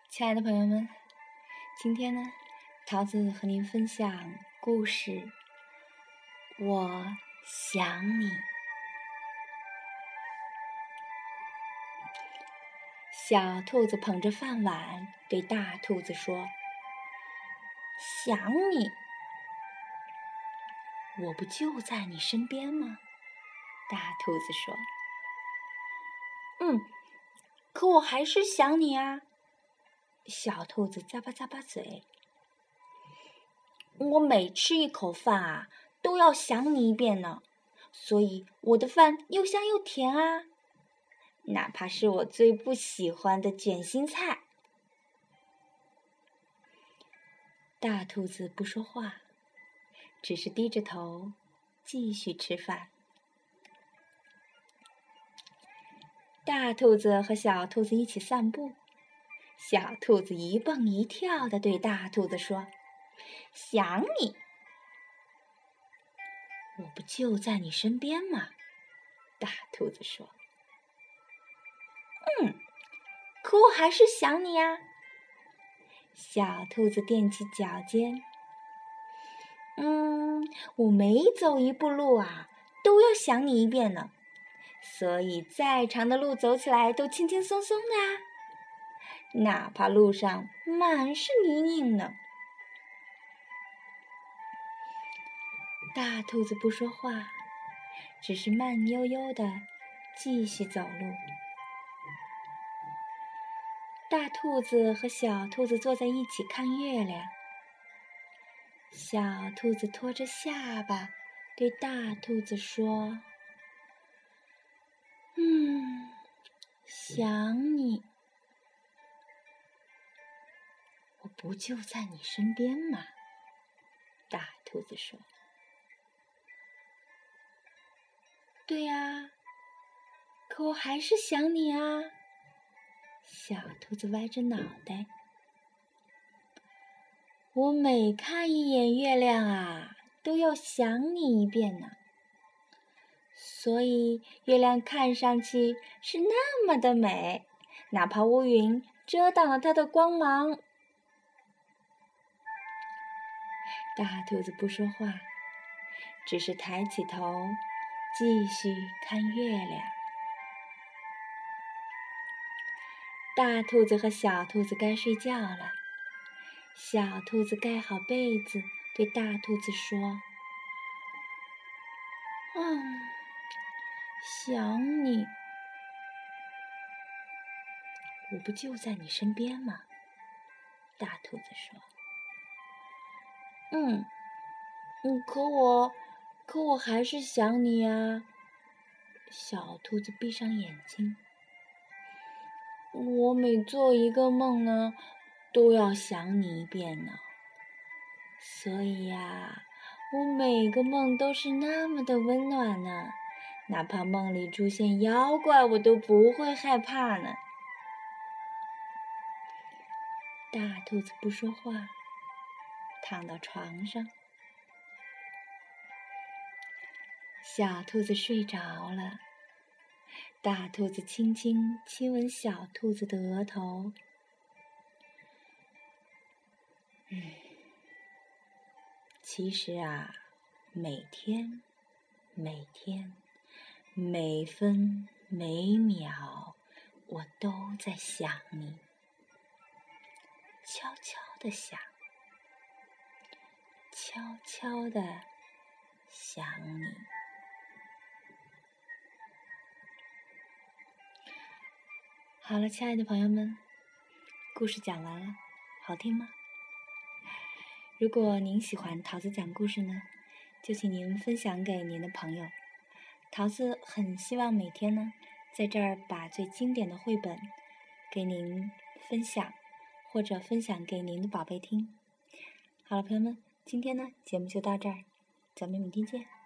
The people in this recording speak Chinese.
亲爱的朋友们，今天呢，桃子和您分享故事《我想你》。小兔子捧着饭碗对大兔子说：“想你，我不就在你身边吗？”大兔子说：“可我还是想你啊。”小兔子咂巴咂巴嘴：“我每吃一口饭啊，都要想你一遍呢，所以我的饭又香又甜啊，哪怕是我最不喜欢的卷心菜。”大兔子不说话，只是低着头继续吃饭。大兔子和小兔子一起散步，小兔子一蹦一跳地对大兔子说：“想你，我不就在你身边吗？”大兔子说：“可我还是想你啊。”小兔子踮起脚尖：“我每走一步路啊，都要想你一遍呢，所以再长的路走起来都轻轻松松的啊，哪怕路上满是泥泞呢。”大兔子不说话，只是慢悠悠地继续走路。大兔子和小兔子坐在一起看月亮。小兔子托着下巴对大兔子说：“想你，我不就在你身边吗？”大兔子说：“对呀，可我还是想你啊。”小兔子歪着脑袋：“我每看一眼月亮啊，都要想你一遍呢，所以月亮看上去是那么的美，哪怕乌云遮挡了它的光芒。”大兔子不说话，只是抬起头继续看月亮。大兔子和小兔子该睡觉了，小兔子盖好被子对大兔子说：“想你，我不就在你身边吗？”大兔子说：“可我还是想你啊。”小兔子闭上眼睛：“我每做一个梦呢，都要想你一遍呢，所以呀，我每个梦都是那么的温暖呢，哪怕梦里出现妖怪，我都不会害怕呢。”大兔子不说话，躺到床上。小兔子睡着了，大兔子轻轻亲吻小兔子的额头。其实啊，每天、每分每秒，我都在想你，悄悄地想，悄悄地想你。好了，亲爱的朋友们，故事讲完了，好听吗？如果您喜欢桃子讲故事呢，就请您分享给您的朋友。桃子很希望每天呢，在这儿把最经典的绘本给您分享，或者分享给您的宝贝听。好了，朋友们，今天呢，节目就到这儿，咱们明天见。